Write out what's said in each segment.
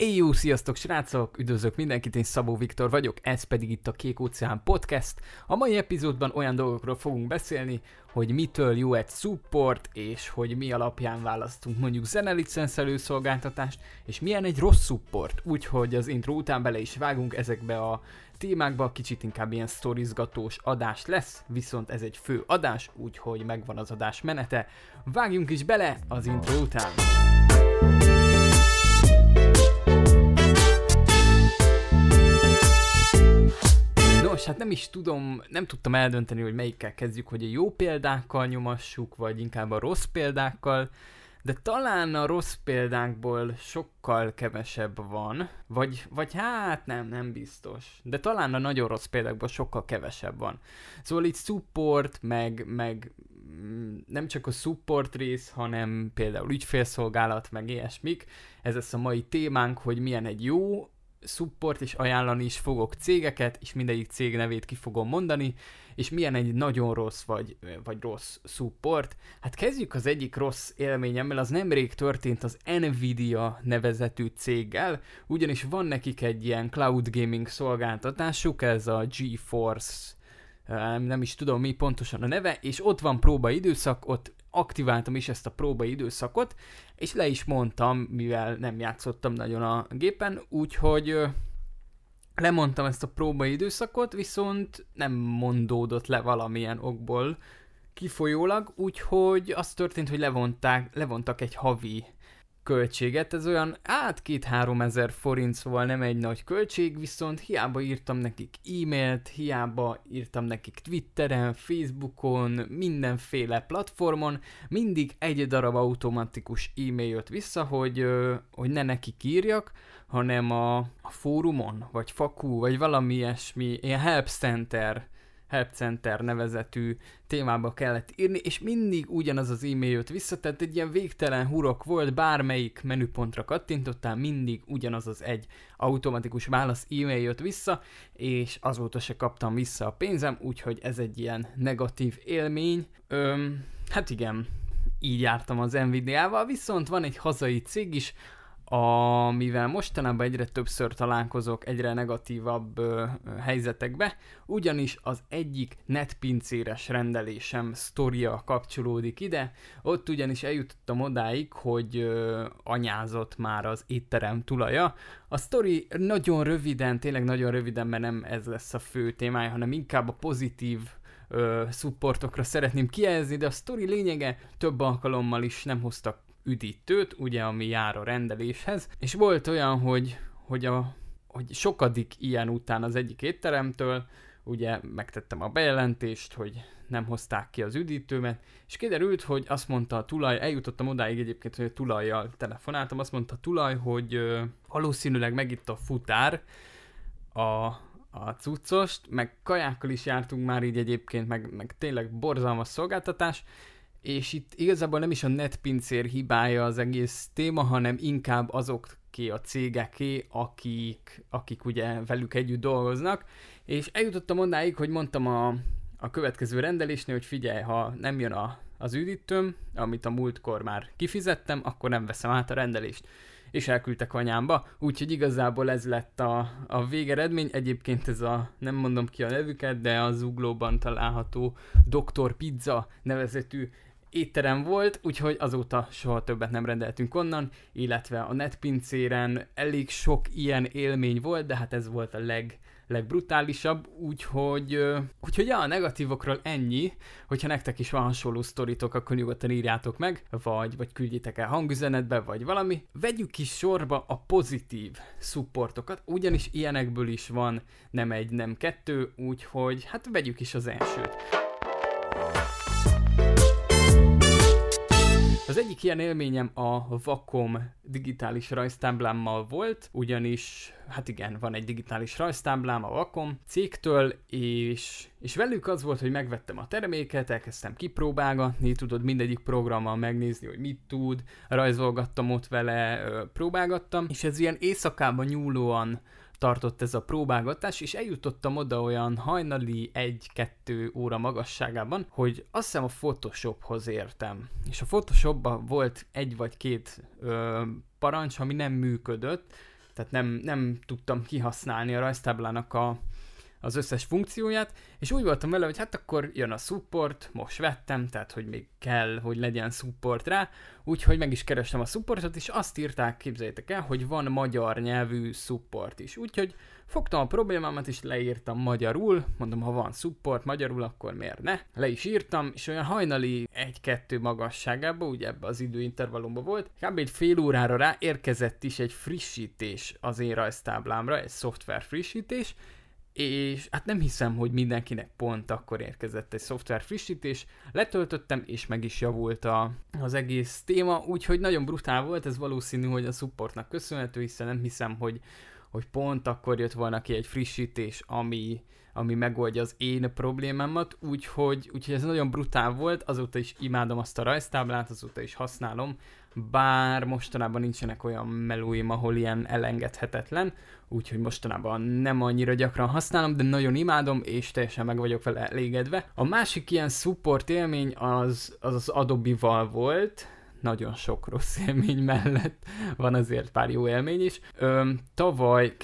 Éjjó, sziasztok srácok! Üdvözlök mindenkit, én Szabó Viktor vagyok, ez pedig itt a Kék Óceán Podcast. A mai epizódban olyan dolgokról fogunk beszélni, hogy mitől jó egy support, és hogy mi alapján választunk mondjuk zenelicencelő szolgáltatást, és milyen egy rossz support. Úgyhogy az intro után bele is vágunk ezekbe a témákba, kicsit inkább ilyen sztorizgatós adás lesz, viszont ez egy fő adás, úgyhogy megvan az adás menete. Vágjunk is bele az intro után! Nos, hát nem tudtam eldönteni, hogy melyikkel kezdjük, hogy a jó példákkal nyomassuk, vagy inkább a rossz példákkal, de talán a rossz példákból sokkal kevesebb van, vagy hát nem biztos, de talán a nagyon rossz példákból sokkal kevesebb van. Szóval itt support, meg nem csak a support rész, hanem például ügyfélszolgálat, meg ilyesmik. Ez lesz a mai témánk, hogy milyen egy jó support, és ajánlani is fogok cégeket, és mindegyik cég nevét ki fogom mondani, és milyen egy nagyon rossz vagy rossz support. Hát kezdjük az egyik rossz élményemmel, az nemrég történt az Nvidia nevezetű céggel, ugyanis van nekik egy ilyen cloud gaming szolgáltatásuk, ez a GeForce, nem is tudom mi pontosan a neve, és ott van próbaidőszak, ott aktiváltam is ezt a próbaidőszakot, és le is mondtam, mivel nem játszottam nagyon a gépen, úgyhogy lemondtam ezt a próbaidőszakot, viszont nem mondódott le valamilyen okból kifolyólag, úgyhogy az történt, hogy levontak egy havi költséget, ez olyan 2-3 ezer forint, szóval nem egy nagy költség, viszont hiába írtam nekik e-mailt, hiába írtam nekik Twitteren, Facebookon, mindenféle platformon, mindig egy darab automatikus e-mail jött vissza, hogy ne nekik írjak, hanem a fórumon, vagy Faku, vagy valami ilyesmi, ilyen Help Center nevezetű témába kellett írni, és mindig ugyanaz az e-mail jött vissza, tehát egy ilyen végtelen hurok volt, bármelyik menüpontra kattintottál, mindig ugyanaz az egy automatikus válasz e-mail jött vissza, és azóta se kaptam vissza a pénzem, úgyhogy ez egy ilyen negatív élmény. Hát igen, így jártam az Nvidia-val, viszont van egy hazai cég is, amivel mostanában egyre többször találkozok egyre negatívabb helyzetekbe, ugyanis az egyik netpincéres rendelésem sztoria kapcsolódik ide, ott ugyanis eljutottam odáig, hogy anyázott már az étterem tulaja. A sztori nagyon röviden, tényleg nagyon röviden, mert nem ez lesz a fő témája, hanem inkább a pozitív supportokra szeretném kijelzni, de a sztori lényege több alkalommal is nem hoztak üdítőt, ugye, ami jár a rendeléshez, és volt olyan, hogy sokadik ilyen után az egyik étteremtől, ugye megtettem a bejelentést, hogy nem hozták ki az üdítőmet, és kiderült, hogy azt mondta a tulaj, eljutottam odáig egyébként, hogy a tulajjal telefonáltam, azt mondta a tulaj, hogy valószínűleg megitt a futár a cuccost, meg kajákkal is jártunk már így egyébként, meg tényleg borzalmas szolgáltatás, és itt igazából nem is a netpincér hibája az egész téma, hanem inkább azoké a cégeké, akik ugye velük együtt dolgoznak, és eljutottam ondáig, hogy mondtam a következő rendelésnél, hogy figyelj, ha nem jön az üdítőm, amit a múltkor már kifizettem, akkor nem veszem át a rendelést. És elküldtek anyámba, úgyhogy igazából ez lett a végeredmény. Egyébként ez nem mondom ki a nevüket, de a Zuglóban található Dr. Pizza nevezetű étterem volt, úgyhogy azóta soha többet nem rendeltünk onnan, illetve a netpincéren elég sok ilyen élmény volt, de hát ez volt a legbrutálisabb, úgyhogy a negatívokról ennyi. Hogyha nektek is van hasonló sztoritok, akkor nyugodtan írjátok meg, vagy küldjétek el hangüzenetbe, vagy valami. Vegyük is sorba a pozitív supportokat, ugyanis ilyenekből is van nem egy, nem kettő, úgyhogy hát vegyük is az elsőt. Az egyik ilyen élményem a Wacom digitális rajztáblámmal volt, ugyanis, hát igen, van egy digitális rajztáblám a Wacom cégtől, és velük az volt, hogy megvettem a terméket, elkezdtem kipróbálgatni, tudod, mindegyik programmal megnézni, hogy mit tud, rajzolgattam ott vele, próbálgattam, és ez ilyen éjszakában nyúlóan tartott ez a próbálgatás, és eljutottam oda olyan hajnali 1-2 óra magasságában, hogy azt hiszem a Photoshophoz értem. És a Photoshopban volt 1 vagy 2 parancs, ami nem működött, Tehát nem tudtam kihasználni a rajztáblának az összes funkcióját, és úgy voltam vele, hogy hát akkor jön a support, most vettem, tehát hogy még kell, hogy legyen support rá, úgyhogy meg is kerestem a supportot, és azt írták, képzeljétek el, hogy van magyar nyelvű support is. Úgyhogy fogtam a problémámat, és leírtam magyarul, mondom, ha van support magyarul, akkor miért ne? Le is írtam, és olyan hajnali 1-2 magasságában, ugye ebbe az időintervallumban volt, kb. Egy fél órára rá érkezett is egy frissítés az én rajztáblámra, egy szoftver frissítés, és hát nem hiszem, hogy mindenkinek pont akkor érkezett egy szoftver frissítés, letöltöttem, és meg is javult az egész téma, úgyhogy nagyon brutál volt, ez valószínű, hogy a supportnak köszönhető, hiszen nem hiszem, hogy pont akkor jött volna ki egy frissítés, ami megoldja az én problémámat, úgyhogy ez nagyon brutál volt, azóta is imádom azt a rajztáblát, azóta is használom, bár mostanában nincsenek olyan melóim, ahol ilyen elengedhetetlen, úgyhogy mostanában nem annyira gyakran használom, de nagyon imádom, és teljesen meg vagyok vele elégedve. A másik ilyen support élmény az Adobe-val volt, nagyon sok rossz élmény mellett van azért pár jó élmény is. Tavaly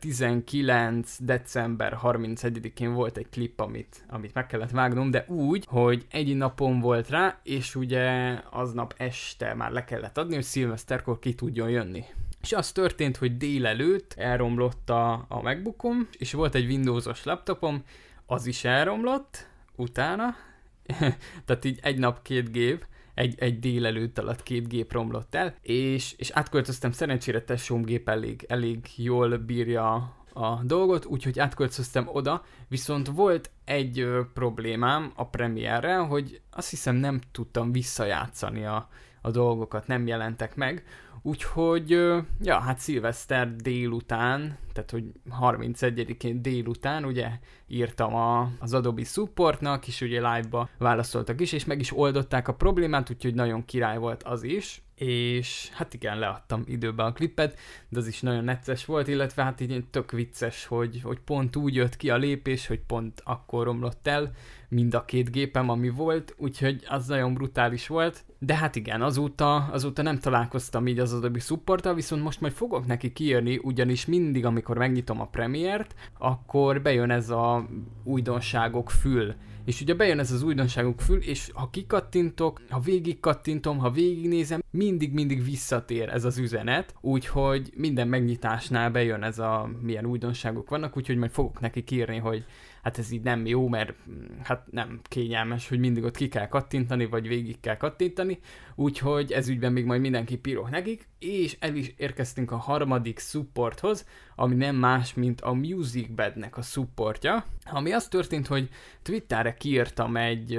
2019. december 31-én volt egy klip, amit meg kellett vágnom, de úgy, hogy egy napon volt rá, és ugye aznap este már le kellett adni, hogy szilveszterkor ki tudjon jönni. És az történt, hogy délelőtt elromlott a MacBookom, és volt egy Windowsos laptopom, az is elromlott utána, tehát így egy nap 2 gép, egy délelőtt alatt 2 gép romlott el, és átköltöztem, szerencsére tesómgép elég jól bírja a dolgot, úgyhogy átköltöztem oda, viszont volt egy problémám a Premiere-rel, hogy azt hiszem nem tudtam visszajátszani a dolgokat, nem jelentek meg, úgyhogy, hát szilveszter délután, tehát hogy 31-én délután ugye írtam az Adobe Supportnak, és ugye live-ba válaszoltak is, és meg is oldották a problémát, úgyhogy nagyon király volt az is, és hát igen, leadtam időben a klippet, de az is nagyon necces volt, illetve hát így tök vicces, hogy pont úgy jött ki a lépés, hogy pont akkor romlott el mind a 2 gépem, ami volt, úgyhogy az nagyon brutális volt, de hát igen, azóta nem találkoztam így az Adobe Supporttal, viszont most majd fogok neki kiírni, ugyanis mindig, amikor megnyitom a Premiere-t, akkor bejön ez a újdonságok fül. És ugye bejön ez az újdonságok fül, és ha kikattintok, ha végigkattintom, ha végignézem, mindig visszatér ez az üzenet, úgyhogy minden megnyitásnál bejön ez milyen újdonságok vannak, úgyhogy majd fogok neki írni, hogy hát ez így nem jó, mert hát nem kényelmes, hogy mindig ott ki kell kattintani, vagy végig kell kattintani, úgyhogy ez ügyben még majd mindenki írok nekik, és el is érkeztünk a harmadik supporthoz, ami nem más, mint a MusicBed-nek a supportja, ami az történt, hogy Twitterre kiírtam egy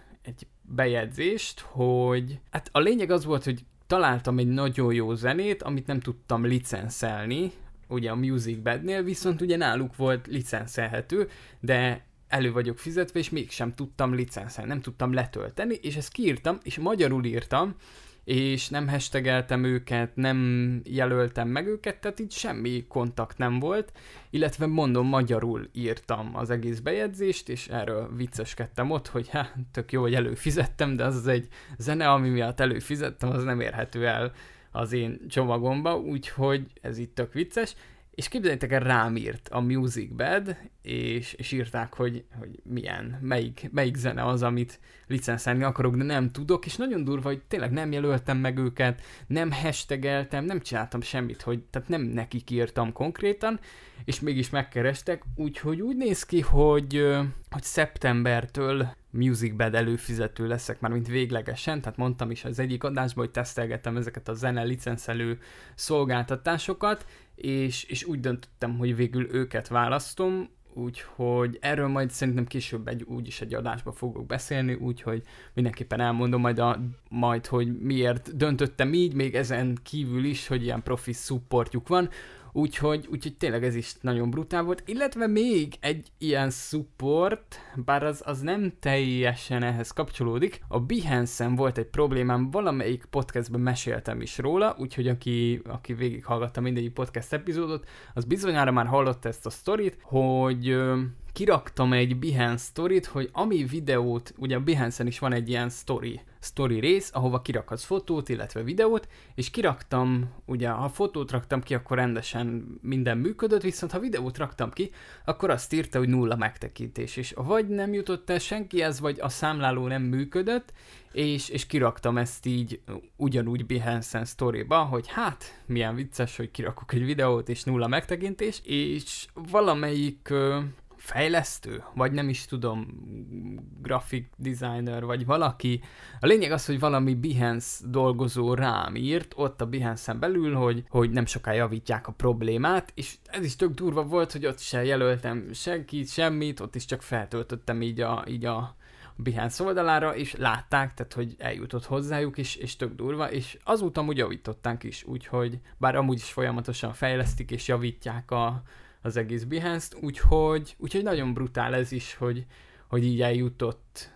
bejegyzést, hogy hát a lényeg az volt, hogy találtam egy nagyon jó zenét, amit nem tudtam licenszelni, ugye a MusicBed-nél, viszont ugye náluk volt licenszelhető, de elő vagyok fizetve, és mégsem tudtam licenszelni, nem tudtam letölteni, és ezt kiírtam, és magyarul írtam, és nem hashtageltem őket, nem jelöltem meg őket, tehát így semmi kontakt nem volt, illetve mondom, magyarul írtam az egész bejegyzést, és erről vicceskedtem ott, hogy tök jó, hogy előfizettem, de az egy zene, ami miatt előfizettem, az nem érhető el az én csomagomba, úgyhogy ez itt tök vicces, és képzeljétek el, rám írt a MusicBed, és írták, hogy melyik zene az, amit licenszelni akarok, de nem tudok, és nagyon durva, hogy tényleg nem jelöltem meg őket, nem hashtageltem, nem csináltam semmit, tehát nem nekik írtam konkrétan, és mégis megkerestek, úgyhogy úgy néz ki, hogy szeptembertől MusicBed előfizető leszek már, mint véglegesen, tehát mondtam is az egyik adásban, hogy tesztelgettem ezeket a zene licenszelő szolgáltatásokat, és úgy döntöttem, hogy végül őket választom, úgyhogy erről majd szerintem később úgyis egy adásba fogok beszélni, úgyhogy mindenképpen elmondom majd, hogy miért döntöttem így, még ezen kívül is, hogy ilyen profi supportjuk van, úgyhogy tényleg ez is nagyon brutál volt, illetve még egy ilyen support, bár az nem teljesen ehhez kapcsolódik, a Behance-en volt egy problémám, valamelyik podcastben meséltem is róla, úgyhogy aki végighallgatta mindegyik podcast epizódot, az bizonyára már hallotta ezt a sztorit, hogy kiraktam egy Behance sztorit, hogy ami videót, ugye a Behance-en is van egy ilyen story rész, ahova kirakhatsz fotót, illetve videót, és kiraktam, ugye ha fotót raktam ki, akkor rendesen minden működött, viszont ha videót raktam ki, akkor azt írta, hogy 0 megtekintés, és vagy nem jutott el senkihez, vagy a számláló nem működött, és kiraktam ezt így ugyanúgy Behance-en sztoriba, hogy hát, milyen vicces, hogy kirakok egy videót, és 0 megtekintés, és valamelyik fejlesztő, vagy nem is tudom, graphic designer, vagy valaki. A lényeg az, hogy valami Behance dolgozó rám írt, ott a Behance-en belül, hogy nem soká javítják a problémát, és ez is tök durva volt, hogy ott se jelöltem senkit, semmit, ott is csak feltöltöttem így a Behance oldalára, és látták, tehát hogy eljutott hozzájuk, és tök durva, és azóta amúgy javították is, úgyhogy bár amúgy is folyamatosan fejlesztik, és javítják az egész Behance-t, úgyhogy nagyon brutál ez is, hogy így eljutott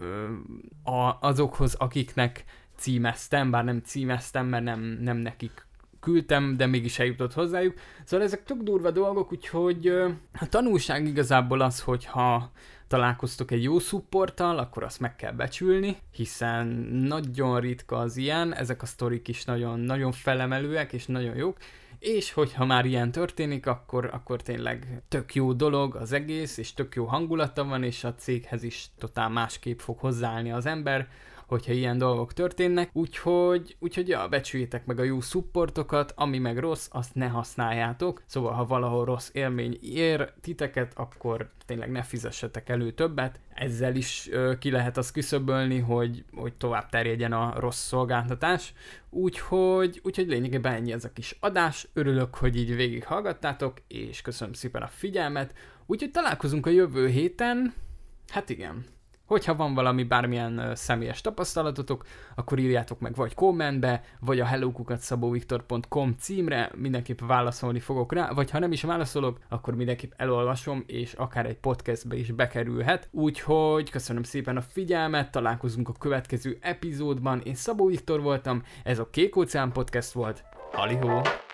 azokhoz, akiknek címeztem, bár nem címeztem, mert nem nekik küldtem, de mégis eljutott hozzájuk. Szóval ezek tök durva dolgok, úgyhogy a tanulság igazából az, hogyha találkoztok egy jó supporttal, akkor azt meg kell becsülni, hiszen nagyon ritka az ilyen, ezek a sztorik is nagyon, nagyon felemelőek és nagyon jók, és hogyha már ilyen történik, akkor tényleg tök jó dolog az egész, és tök jó hangulata van, és a céghez is totál másképp fog hozzáállni az ember, hogyha ilyen dolgok történnek, úgyhogy ja, becsüljétek meg a jó supportokat, ami meg rossz, azt ne használjátok, szóval ha valahol rossz élmény ér titeket, akkor tényleg ne fizessetek elő többet, ezzel is ki lehet azt küszöbölni, hogy tovább terjedjen a rossz szolgáltatás, úgyhogy lényegében ennyi ez a kis adás, örülök, hogy így végighallgattátok, és köszönöm szépen a figyelmet, úgyhogy találkozunk a jövő héten, hát igen. Hogyha van valami bármilyen személyes tapasztalatotok, akkor írjátok meg vagy kommentbe, vagy a hello@szabóviktor.com címre, mindenképp válaszolni fogok rá, vagy ha nem is válaszolok, akkor mindenképp elolvasom, és akár egy podcastbe is bekerülhet. Úgyhogy köszönöm szépen a figyelmet, találkozunk a következő epizódban. Én Szabó Viktor voltam, ez a Kék Óceán Podcast volt. Halihó!